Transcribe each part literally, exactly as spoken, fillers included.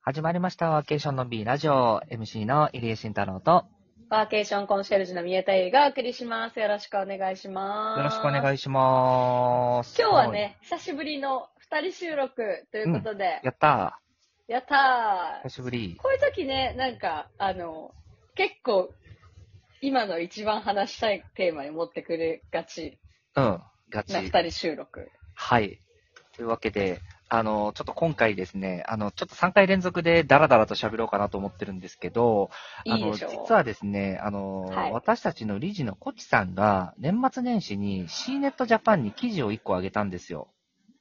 始まりました。ワーケーションの B ラジオ エムシー の入江慎太郎とワーケーションコンシェルジュの宮田優がお送りします。よろしくお願いします。 よろしくお願いします。 今日はね、久しぶりの二人収録ということで。 うん、やったー。やったー。 久しぶり。 こういう時ね、なんか、あの、結構、今の一番話したいテーマに持ってくれがち。 うん、ガチ。 な二人収録。 はい。というわけで、あの、ちょっと今回ですね、あの、ちょっとさんかい連続でダラダラと喋ろうかなと思ってるんですけど、あの、 いいでしょう。 実はですね、あの、 はい、 私たちの理事のコチさんが年末年始に シーネットジャパンに記事をいっこあげたんですよ。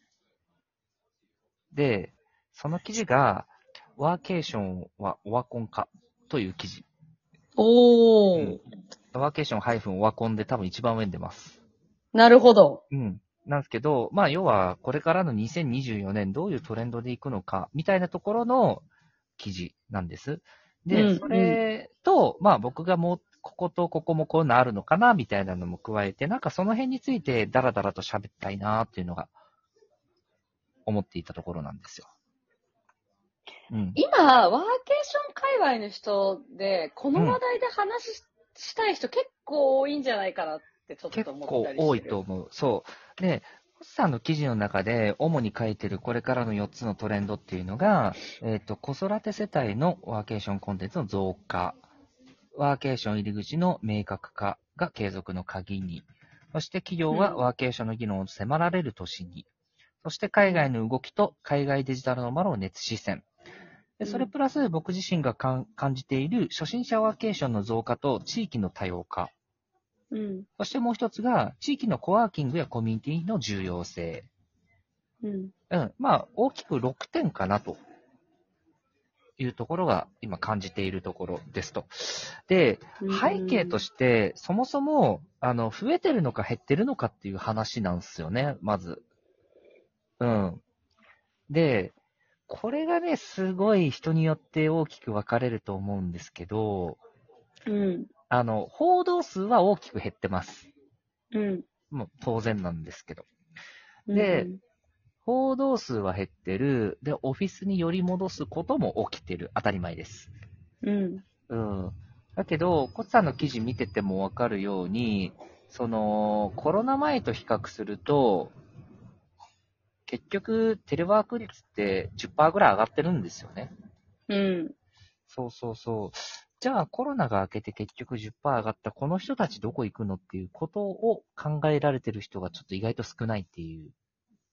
で、その記事が、ワーケーションはオワコンかという記事。 おー。 うん、ワーケーションハイフンオワコンで多分一番上に出ます。 なるほど。 うん。なんですけど、まあ要はこれからのにせんにじゅうよねんどういうトレンドでいくのかみたいなところの記事なんです。で、 うん、 それと、まあ僕がもうこことここもこういうのあるのかなみたいなのも加えて、なんかその辺についてダラダラと喋りたいなっていうのが思っていたところなんですよ。うん、 今、ワーケーション界隈の人で、この話題で話し,、したい人結構多いんじゃないかなってちょっと思ったりしてる。 結構多いと思う。そう。で、星さんの記事の中で主に書いてるこれからのよっつのトレンドっていうのが、えっと、子育て世帯のワーケーションコンテンツの増加、ワーケーション入り口の明確化が継続の鍵に、そして企業はワーケーションの議論を迫られる年に、そして海外の動きと海外デジタルのマロを熱視線。でそれプラス僕自身が感じている初心者ワーケーションの増加と地域の多様化。 うん、 そしてもう一つが、地域のコワーキングやコミュニティの重要性。 うん。 うん。まあ、大きくろくてんかなというところが今感じているところですと。で、背景として、そもそも、あの、増えてるのか減ってるのかっていう話なんですよね、まず。うん。で、これがね、すごい人によって大きく分かれると思うんですけど、 うん。 あの、報道数は大きく減ってます。 うん。 もう当然なんですけど。 うん、 で、報道数は減ってる。で、オフィスに寄り戻すことも起きてる。当たり前です。 うん。 うん。だけど、コツさんの記事見ててもわかるように、その、コロナ前と比較すると、結局、テレワーク率ってじゅっパーセントぐらい上がってるんですよね。 うん。 そうそうそう。じゃあ、コロナが明けて結局じゅっパーセント上がったこの人たちどこ行くのっていうことを考えられてる人がちょっと意外と少ないっていう。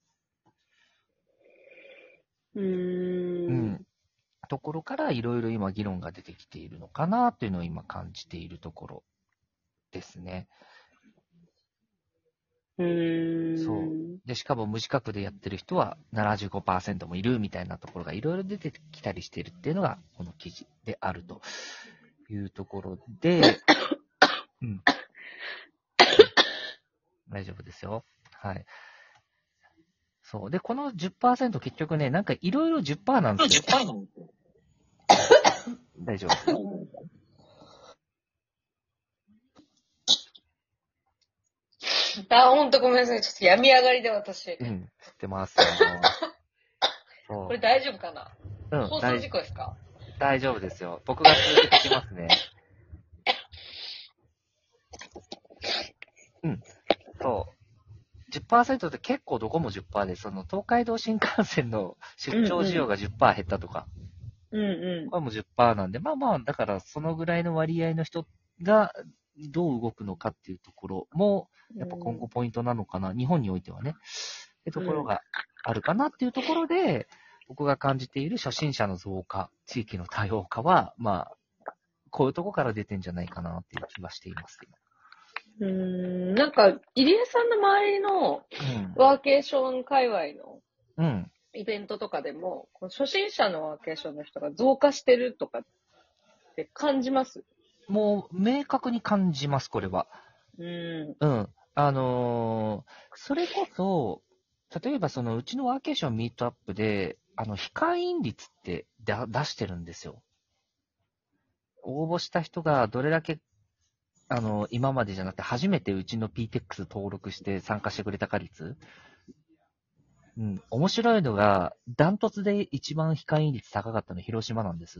うーん。 うん。ところからいろいろ今議論が出てきているのかなというのを今感じているところですね。 うーん。 そう。で、しかも無資格でやってる人はななじゅうごパーセントもいるみたいなところがいろいろ出てきたりしているっていうのがこの記事であるというところで、うん。大丈夫ですよ。はい。そう。で、このじゅっパーセント結局ね、なんかいろいろじゅっパーセントなんですよ。じゅっパーセントなんですよ。大丈夫ですよ。 あ、ほんとごめんなさい。ちょっと病み上がりで私。 うん。知ってますよ。そう。 これ大丈夫かな？ うん。 放送事故ですか？ 大丈夫ですよ。僕が続けてきますね。うん。そう。じゅっパーセント って結構どこも じゅっパーセント で、その東海道新幹線の出張需要が じゅっパーセント 減ったとか、 うんうん。 これも じゅっパーセント なんで、まあまあ、だからそのぐらいの割合の人がどう動くのかっていうところも、やっぱ今後ポイントなのかな、日本においてはね、ってところがあるかなっていうところで、僕が感じている初心者の増加、地域の多様化は、まあ、こういうところから出てんじゃないかなっていう気はしています、今。 うーん。なんか、入江さんの周りのワーケーション界隈のうん。うん。 イベントとかでも、この初心者のワーケーションの人が増加してるとかって感じます？ もう、明確に感じます、これは。 うん。 うん。あのーそれこそ、例えばそのうちのワーケーションミートアップで、あの、非会員率ってだ出してるんですよ。応募した人がどれだけ、あの、今までじゃなくて初めてうちの ピーテックス 登録して参加してくれたか率。 うん。面白いのが、ダントツで一番非会員率高かったの広島なんです。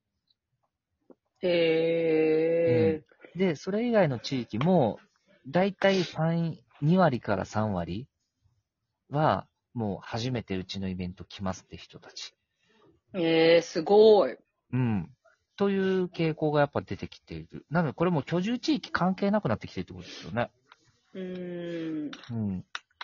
うん。 へで、それ以外の地域も、だいたいさん、に割からさん割は、もう初めてうちのイベント来ますって人たち。 ー。えー、すごい。 うん。という傾向がやっぱ出てきている。なので、これも居住地域関係なくなってきてるってことですよね。 うーん。 うん。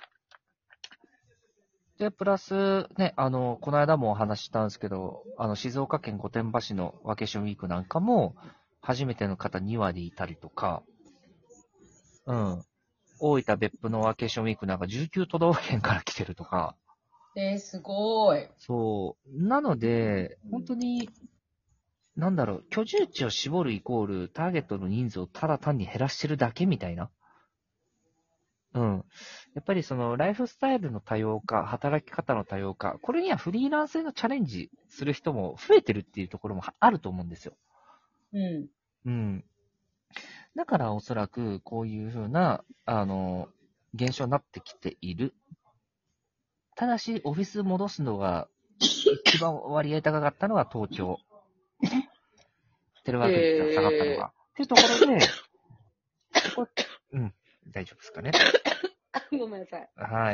で、プラス、ね、あの、この間もお話ししたんですけど、あの、静岡県御殿場市のワーケーションウィークなんかも、初めての方に割いたりとか、うん。大分別府のワーケーションウィークなんかじゅうきゅう都道府県から来てるとか、 えー、すごい。 そう。なので、本当に、なんだろう、居住地を絞るイコール、ターゲットの人数をただ単に減らしてるだけみたいな。うん。やっぱりその、ライフスタイルの多様化、働き方の多様化、これにはフリーランスへのチャレンジする人も増えてるっていうところもあると思うんですよ。 うん。 うん。だからおそらく、こういうふうな、あの、現象になってきている。ただし、オフィス戻すのが、一番割合高かったのは東京。テレワーク率が下がったのが。 へっていうところで、ここ、うん、大丈夫ですかね。 ー。ごめんなさい。 はい。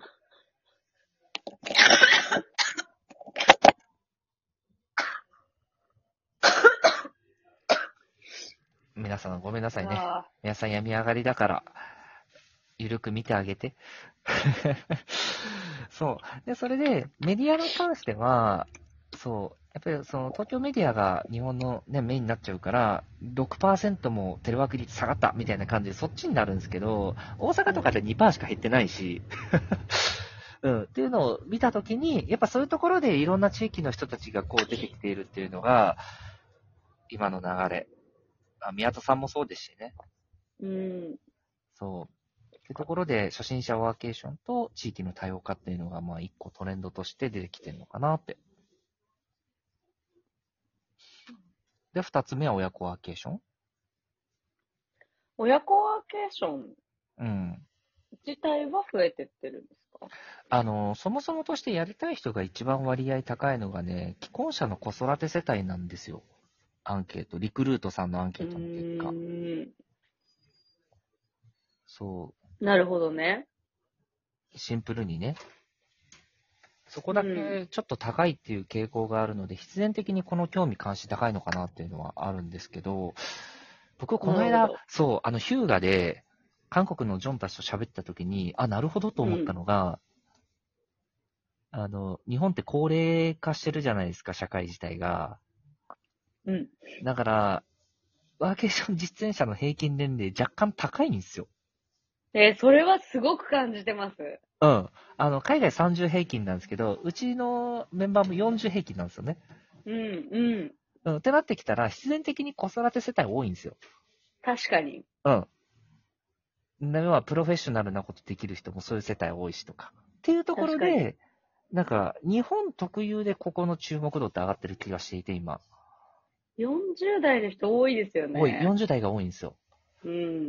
皆さんごめんなさいね。 あ皆さん病み上がりだから、ゆるく見てあげて。そう。で、それで、メディアに関しては、そう。やっぱりその東京メディアが日本の、ね、メインになっちゃうから、ろくパーセントもテレワーク率下がったみたいな感じでそっちになるんですけど、大阪とかで にパーセント しか減ってないし、うん、っていうのを見たときに、やっぱそういうところでいろんな地域の人たちがこう出てきているっていうのが、今の流れ。あ宮田さんもそうですしね。 ー。うん。 そう。っていうところで、初心者ワーケーションと地域の多様化っていうのが、まあ一個トレンドとして出てきてるのかなって。で、二つ目は親子ワーケーション。 親子ワーケーションうん。 自体は増えてってるんですか？ あの、そもそもとしてやりたい人が一番割合高いのがね、既婚者の子育て世帯なんですよ。アンケート。リクルートさんのアンケうートの結果。 ーん。 そなるほどね。 う。シンプルにね。そこだうん。 けちょっと高いっていう傾向があるので、必然的にこの興味関心高いのかなっていうのはあるんですけど、僕この間、 なるほど。 そう、あのヒューガで韓国のジョンたちと喋った時に、あ、なるほどと思ったうん。 のが、あの、日本って高齢化してるじゃないですか、社会自体が。 うん。 だから、ワーケーション実践者の平均年齢若干高いんですよ。 えー、それはすごく感じてます。 うん。あの、海外さんじゅう平均なんですけど、うちのメンバーもよんじゅう平均なんですよね。 うん、うん。 うん。ってなってきたら、必然的に子育て世帯多いんですよ。 確かに。 うん。で、要はプロフェッショナルなことできる人もそういう世帯多いしとか。っていうところ確かに。 で、なんか、日本特有でここの注目度って上がってる気がしていて、今。 よんじゅう代の人多いですよ多い。 ね。 よんじゅう代が多いんですよ。 うん。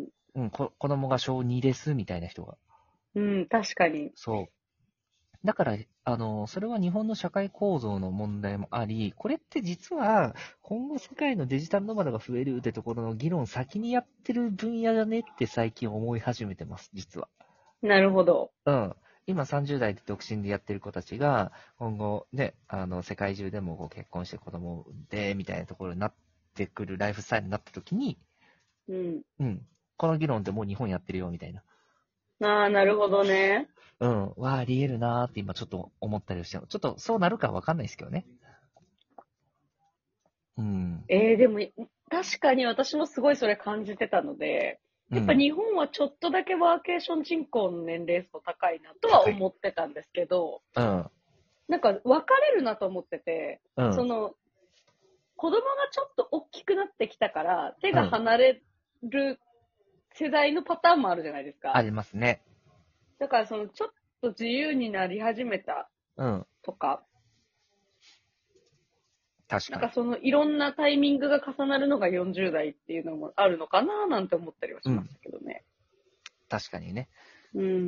うん、こ子供が小にです、みたいな人が。 うん、確かに。 そう。だから、あの、それは日本の社会構造の問題もあり、これって実は、今後世界のデジタルノマドが増えるってところの議論先にやってる分野だねって最近思い始めてます、実は。 なるほど。 うん。今さんじゅう代で独身でやってる子たちが、今後ね、あの、世界中でもこう結婚して子供を産んで、みたいなところになってくるライフスタイルになった時に、 うん。 うん。この議論ってもう日本やってるよ、みたいな。 ああ、なるほどね。 うん。わあ、あり得るなーって今ちょっと思ったりして、ちょっとそうなるかわかんないですけどね。うん。 えー、でも、確かに私もすごいそれ感じてたので、やっぱうん。 日本はちょっとだけワーケーション人口の年齢層高いなとは高い。 思ってたんですけど、 うん。 なんか分かれるなと思ってて、 うん。 その、子供がちょっと大きくなってきたから、手がうん。 離れる世代のパターンもあるじゃないですか。 ありますね。 だからその、ちょっと自由になり始めたうん。 とか、 確かに。 なんかそのいろんなタイミングが重なるのがよんじゅう代っていうのもあるのかななんて思ったりはしましうん。 たけどね。 確かにね。 うん。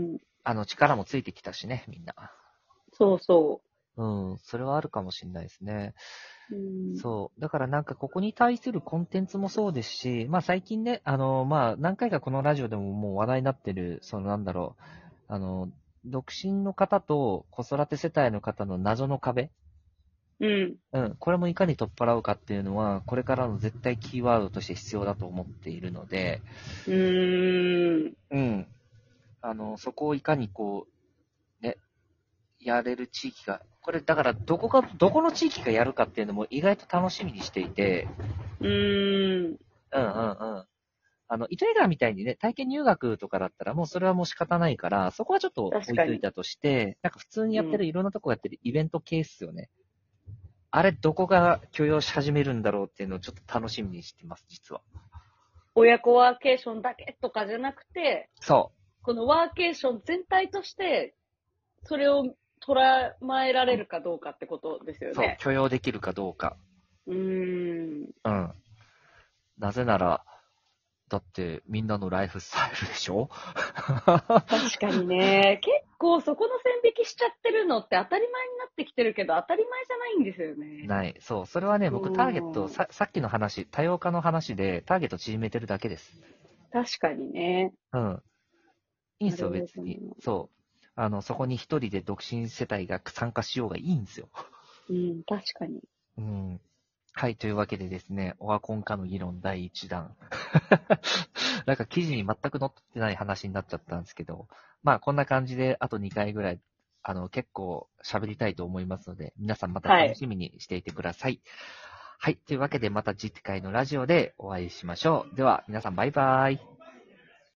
あの、力もついてきたしね、みんな。 そうそうん、それはあるかもしれないですね。 う。うん。 そう。だからなんかここに対するコンテンツもそうですし、まあ最近ね、あの、まあ何回かこのラジオでももう話題になってる、そのなんだろう、あの、独身の方と子育て世帯の方の謎の壁。 うん。 うん。これもいかに取っ払うかっていうのは、これからの絶対キーワードとして必要だと思っているので、 うーん。 うん。あの、そこをいかにこう、ね、やれる地域が、これだからどこか、どこの地域がやるかっていうのも意外と楽しみにしていて、 うーん。 うんうんうん。あの、糸魚川みたいにね、体験入学とかだったらもうそれはもう仕方ないから、そこはちょっと置い確かに。 といたとして、なんか普通にやってる、 うん。 いろんなとこやってるイベント系っすよね。あれ、どこが許容し始めるんだろうっていうのをちょっと楽しみにしてます、実は。 親子ワーケーションだけとかじゃなくて、 そこのワーケーション全体として、それを捉まえられるかどうかってことですう、そう、 よね。 許容できるかどうか。 うーん。 うん。なぜなら、だってみんなのライフスタイルでしょ？ 確かにね。結構そこの線引きしちゃってるのって当たり前になってきてるけど、当たり前じゃないんですよね。 ない。そう。それはね、僕ターゲット、 うん。 さ、さっきの話、多様化の話で、ターゲット縮めてるだけです。 確かにね。 うん。いいんすよ、 なるほどな。 別に。そう。あの、そこに一人で独身世帯が参加しようがいいんですよ。 うん、確かに。 うん。はい、というわけでですね、オワコン化の議論だいいちだん。なんか記事に全く載ってない話になっちゃったんですけど、まあこんな感じであとにかいぐらい、あの、結構喋りたいと思いますので、皆さんまた楽しみにしていてください。はい、はい、というわけでまた次回のラジオでお会いしましょう。では、皆さんバイバイ。